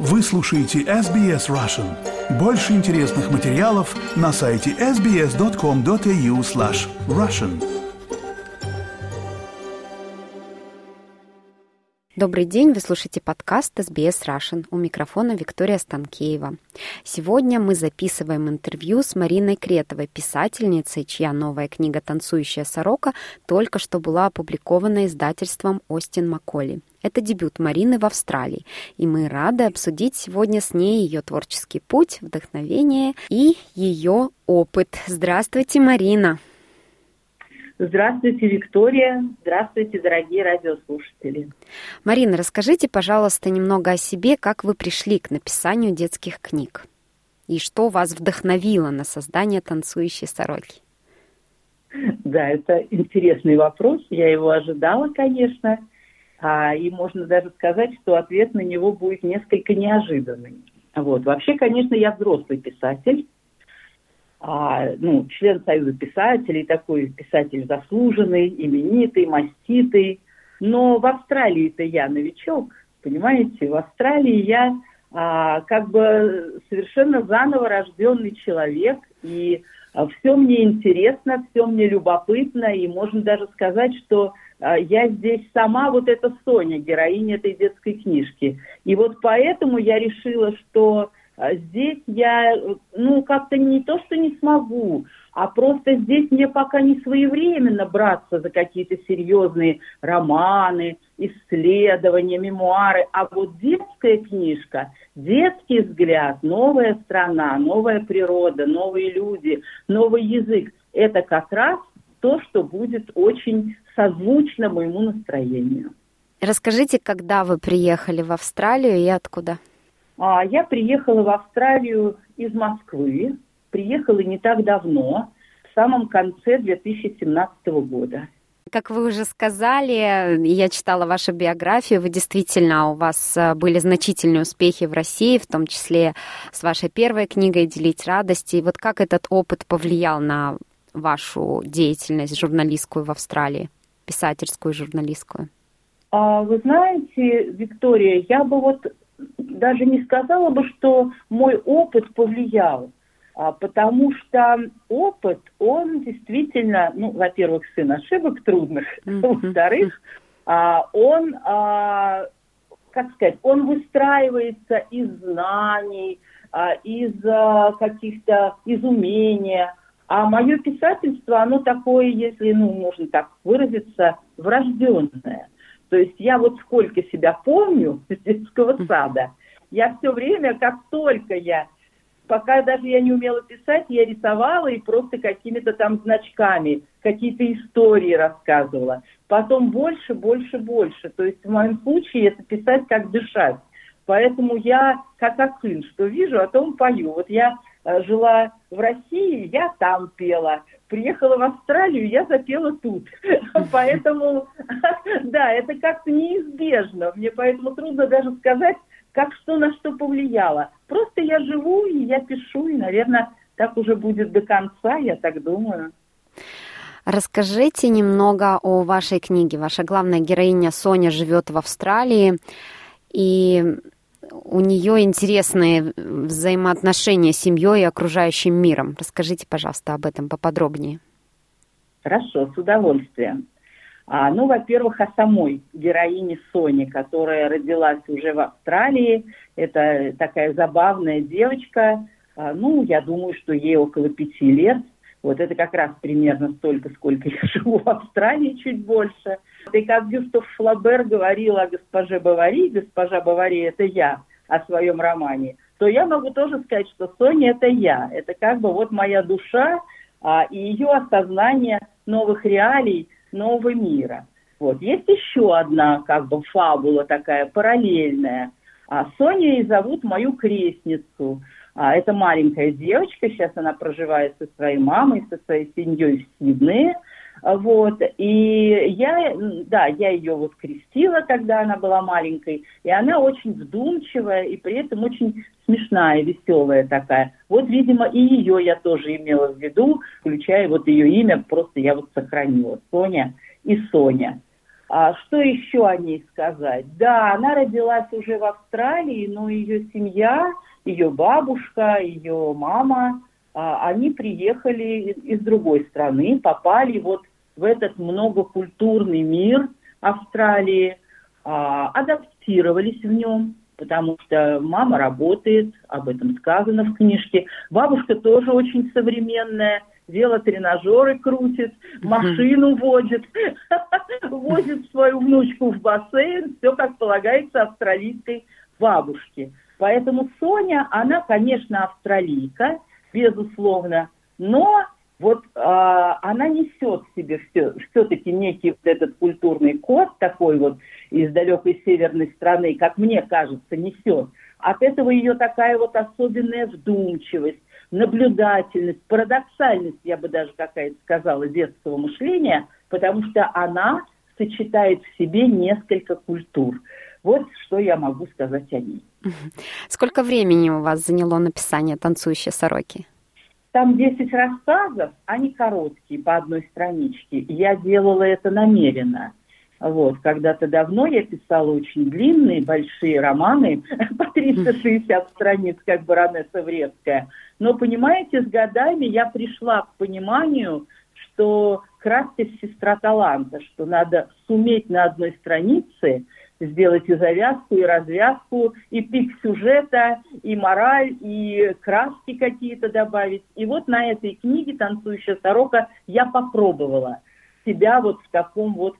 Вы слушаете SBS Russian. Больше интересных материалов на сайте sbs.com.au/russian. Добрый день, вы слушаете подкаст SBS Russian. У микрофона Виктория Станкеева. Сегодня мы записываем интервью с Мариной Кретовой, писательницей, чья новая книга «Танцующая сорока» только что была опубликована издательством Остин Макколли. Это дебют Марины в Австралии, и мы рады обсудить сегодня с ней ее творческий путь, вдохновение и ее опыт. Здравствуйте, Марина! Здравствуйте, Виктория. Здравствуйте, дорогие радиослушатели. Марина, расскажите, пожалуйста, немного о себе, как вы пришли к написанию детских книг и что вас вдохновило на создание «Танцующей сороки». Да, это интересный вопрос. Я его ожидала, конечно. И можно даже сказать, что ответ на него будет несколько неожиданный. Вообще, конечно, я взрослый писатель. Член Союза писателей, такой писатель заслуженный, именитый, маститый. Но в Австралии-то я новичок, понимаете? В Австралии я совершенно заново рожденный человек, и все мне интересно, все мне любопытно, и можно даже сказать, что я здесь сама эта Соня, героиня этой детской книжки. И поэтому я решила, что здесь я, как-то не то, что не смогу, а просто здесь мне пока не своевременно браться за какие-то серьезные романы, исследования, мемуары. А детская книжка, детский взгляд, новая страна, новая природа, новые люди, новый язык – это как раз то, что будет очень созвучно моему настроению. Расскажите, когда вы приехали в Австралию и откуда? Я приехала в Австралию из Москвы. Приехала не так давно, в самом конце 2017 года. Как вы уже сказали, я читала вашу биографию, у вас были значительные успехи в России, в том числе с вашей первой книгой «Делить радости». И как этот опыт повлиял на вашу деятельность журналистскую в Австралии, писательскую, журналистскую? Вы знаете, Виктория, я бы даже не сказала бы, что мой опыт повлиял, потому что опыт, он действительно, во-первых, сын ошибок трудных, во-вторых, он, он выстраивается из знаний, из каких-то умения. А мое писательство, оно такое, если, можно так выразиться, врожденное. То есть я сколько себя помню с детского сада, я все время, пока даже я не умела писать, я рисовала и просто какими-то там значками, какие-то истории рассказывала. Потом больше. То есть в моем случае это писать как дышать. Поэтому я как акын, что вижу, о том пою. Я жила в России, я там пела. Приехала в Австралию, я запела тут. Поэтому, да, это как-то неизбежно. Мне поэтому трудно даже сказать, что на что повлияло. Просто я живу, и я пишу, и, наверное, так уже будет до конца, я так думаю. Расскажите немного о вашей книге. Ваша главная героиня Соня живет в Австралии, и у нее интересные взаимоотношения с семьей и окружающим миром. Расскажите, пожалуйста, об этом поподробнее. Хорошо, с удовольствием. Во-первых, о самой героине Соне, которая родилась уже в Австралии. Это такая забавная девочка. Я думаю, что ей около 5 лет. Это как раз примерно столько, сколько я живу в Австралии, чуть больше. И как Гюстав Флобер говорил о госпоже Бовари, госпожа Бовари – это я, о своем романе, то я могу тоже сказать, что Соня – это я. Это моя душа и ее осознание новых реалий, нового мира. Есть еще одна фабула такая параллельная. Соней зовут мою крестницу. Это маленькая девочка, сейчас она проживает со своей мамой, со своей семьей в Сиднее. И я ее крестила, когда она была маленькой, и она очень вдумчивая и при этом очень смешная, веселая такая. Видимо, и ее я тоже имела в виду, включая ее имя, просто я сохранила, Соня и Соня. Что еще о ней сказать? Да, она родилась уже в Австралии, но ее семья, ее бабушка, ее мама, они приехали из другой страны, попали вот в этот многокультурный мир Австралии, адаптировались в нем, потому что мама работает, об этом сказано в книжке. Бабушка тоже очень современная, велотренажеры крутит, машину водит, возит свою внучку в бассейн, все как полагается австралийской бабушке. Поэтому Соня, она, конечно, австралийка, безусловно, но вот она несет в себе все-таки некий вот этот культурный код такой вот из далекой северной страны, как мне кажется, несет. От этого ее такая вот особенная вдумчивость, наблюдательность, парадоксальность, я бы даже какая-то сказала, детского мышления, потому что она сочетает в себе несколько культур. Вот что я могу сказать о ней. Сколько времени у вас заняло написание «Танцующей сороки»? Там 10 рассказов, они короткие, по одной страничке. Я делала это намеренно. Вот, когда-то давно я писала очень длинные, большие романы, по 360 страниц, как баронесса Вредская. Но, понимаете, с годами я пришла к пониманию, что краткость сестра таланта, что надо суметь на одной странице сделать и завязку, и развязку, и пик сюжета, и мораль, и краски какие-то добавить. И вот на этой книге «Танцующая сорока» я попробовала себя вот в таком вот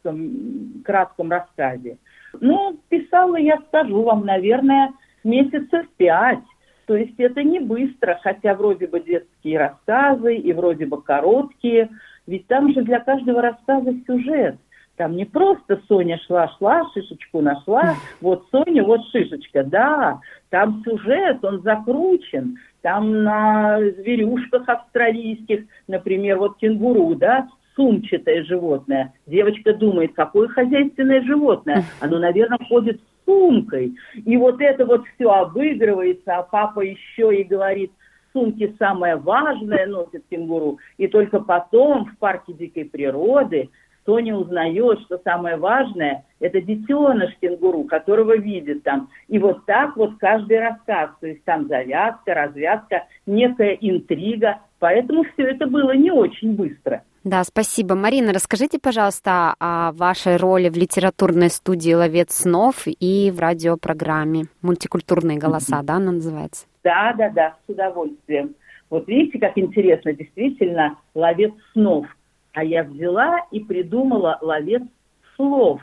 кратком рассказе. Ну, писала, я скажу вам, наверное, месяцев 5. То есть это не быстро, хотя вроде бы детские рассказы и вроде бы короткие. Ведь там же для каждого рассказа сюжет. Там не просто Соня шла-шла, шишечку нашла, вот Соня, вот шишечка. Да, там сюжет, он закручен. Там на зверюшках австралийских, например, вот кенгуру, да, сумчатое животное. Девочка думает, какое хозяйственное животное? Оно, наверное, ходит с сумкой. И вот это вот все обыгрывается, а папа еще и говорит, сумки самое важное носит кенгуру. И только потом в парке дикой природы Соня узнает, что самое важное – это детеныш кенгуру, которого видит там. И вот так вот каждый рассказ. То есть там завязка, развязка, некая интрига. Поэтому все это было не очень быстро. Да, спасибо. Марина, расскажите, пожалуйста, о вашей роли в литературной студии «Ловец снов» и в радиопрограмме «Мультикультурные голоса», да, она называется? Да, с удовольствием. Вот видите, как интересно, действительно, «Ловец снов». А я взяла и придумала «Ловец слов».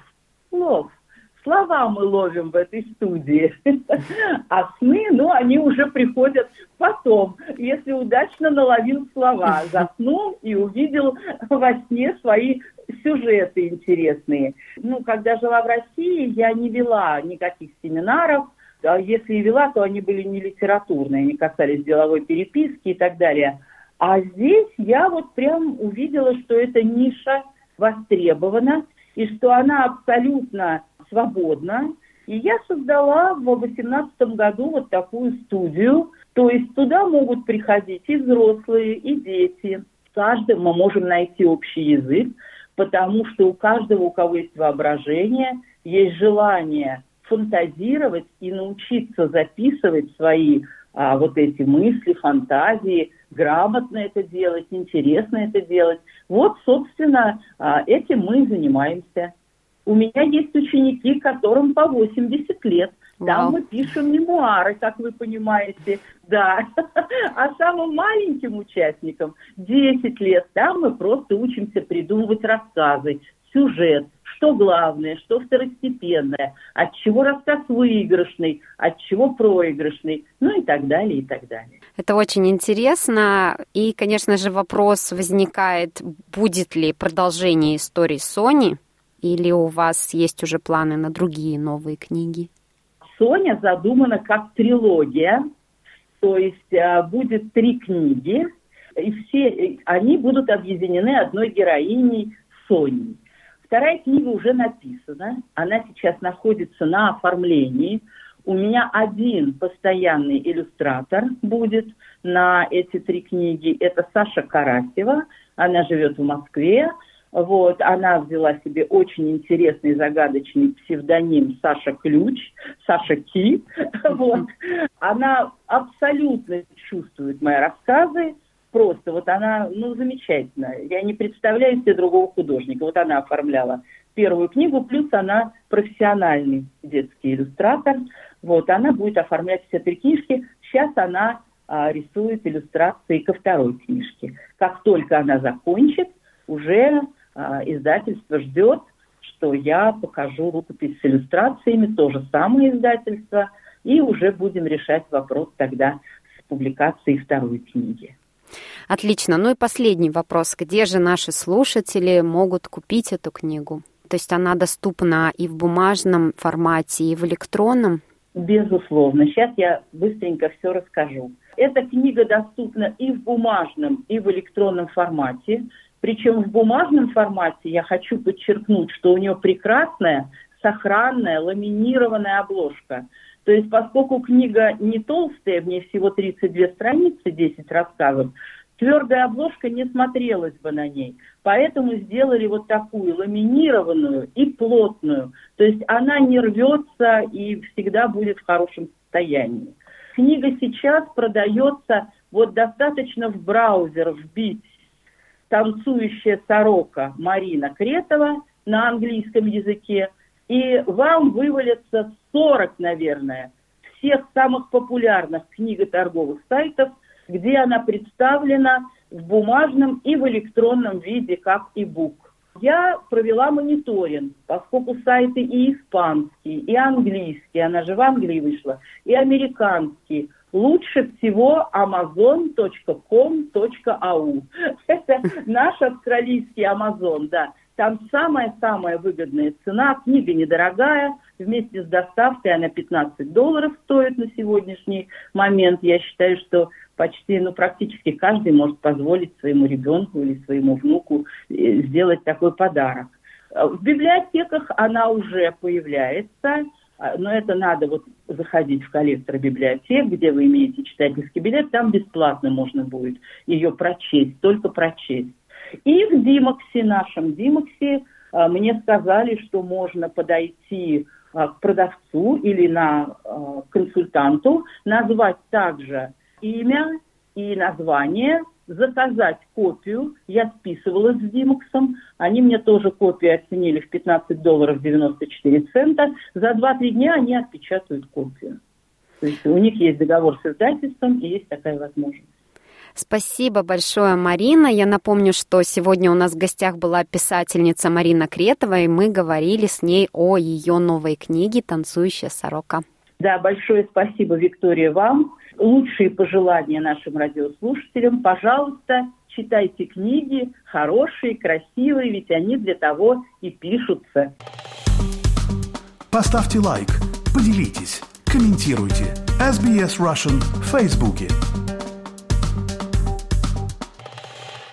Слова мы ловим в этой студии. А сны, они уже приходят потом, если удачно наловил слова. Заснул и увидел во сне свои сюжеты интересные. Когда жила в России, я не вела никаких семинаров. А если и вела, то они были не литературные, они касались деловой переписки и так далее. А здесь я вот прям увидела, что эта ниша востребована, и что она абсолютно свободна. И я создала в 2018 году вот такую студию. То есть туда могут приходить и взрослые, и дети. С каждым мы можем найти общий язык, потому что у каждого, у кого есть воображение, есть желание фантазировать и научиться записывать свои вот эти мысли, фантазии, грамотно это делать, интересно это делать. Вот, собственно, этим мы и занимаемся. У меня есть ученики, которым по 80 лет. Там мы пишем мемуары, как вы понимаете, да. А самым маленьким участникам 10 лет. Там мы просто учимся придумывать рассказы, сюжет, что главное, что второстепенное, от чего рассказ выигрышный, от чего проигрышный, и так далее, и так далее. Это очень интересно. И, конечно же, вопрос возникает, будет ли продолжение истории Сони, или у вас есть уже планы на другие новые книги? Соня задумана как трилогия, то есть будет 3 книги, и все они будут объединены одной героиней Соней. Вторая книга уже написана, она сейчас находится на оформлении. У меня один постоянный иллюстратор будет на эти 3 книги. Это Саша Карасева, она живет в Москве. Вот, она взяла себе очень интересный загадочный псевдоним Саша Ключ, Саша Ки. Вот. Она абсолютно чувствует мои рассказы. Просто вот она, замечательная. Я не представляю себе другого художника. Вот она оформляла первую книгу, плюс она профессиональный детский иллюстратор. Вот, она будет оформлять все 3 книжки. Сейчас она рисует иллюстрации ко 2 книжке. Как только она закончит, уже издательство ждет, что я покажу рукопись с иллюстрациями, то же самое издательство, и уже будем решать вопрос тогда с публикацией 2 книги. Отлично. Ну и последний вопрос. Где же наши слушатели могут купить эту книгу? То есть она доступна и в бумажном формате, и в электронном? Безусловно. Сейчас я быстренько все расскажу. Эта книга доступна и в бумажном, и в электронном формате. Причем в бумажном формате я хочу подчеркнуть, что у нее прекрасная, сохранная, ламинированная обложка. То есть, поскольку книга не толстая, в ней всего 32 страницы, 10 рассказов, твердая обложка не смотрелась бы на ней. Поэтому сделали вот такую ламинированную и плотную. То есть она не рвется и всегда будет в хорошем состоянии. Книга сейчас продается, вот достаточно в браузер вбить «Танцующая сорока» Марина Кретова на английском языке, и вам вывалится 40, наверное, всех самых популярных книготорговых сайтов, где она представлена в бумажном и в электронном виде как e-book. Я провела мониторинг, поскольку сайты и испанские, и английские, она же в Англии вышла, и американские. Лучше всего amazon.com.au. Это наш австралийский Amazon, да. Там самая-самая выгодная цена, книга недорогая, вместе с доставкой она $15 стоит на сегодняшний момент. Я считаю, что практически каждый может позволить своему ребенку или своему внуку сделать такой подарок. В библиотеках она уже появляется, но это надо заходить в коллектор библиотек, где вы имеете читательский билет, там бесплатно можно будет ее прочесть, только прочесть. И в Димаксе, нашем Димаксе, мне сказали, что можно подойти к продавцу или консультанту, назвать также имя и название, заказать копию. Я списывалась с Димаксом, они мне тоже копию оценили в $15.94. За 2-3 дня они отпечатают копию. То есть у них есть договор с издательством и есть такая возможность. Спасибо большое, Марина. Я напомню, что сегодня у нас в гостях была писательница Марина Кретова, и мы говорили с ней о ее новой книге «Танцующая сорока». Да, большое спасибо, Виктория, вам. Лучшие пожелания нашим радиослушателям. Пожалуйста, читайте книги хорошие, красивые, ведь они для того и пишутся. Поставьте лайк, поделитесь, комментируйте. SBS Russian в Фейсбуке.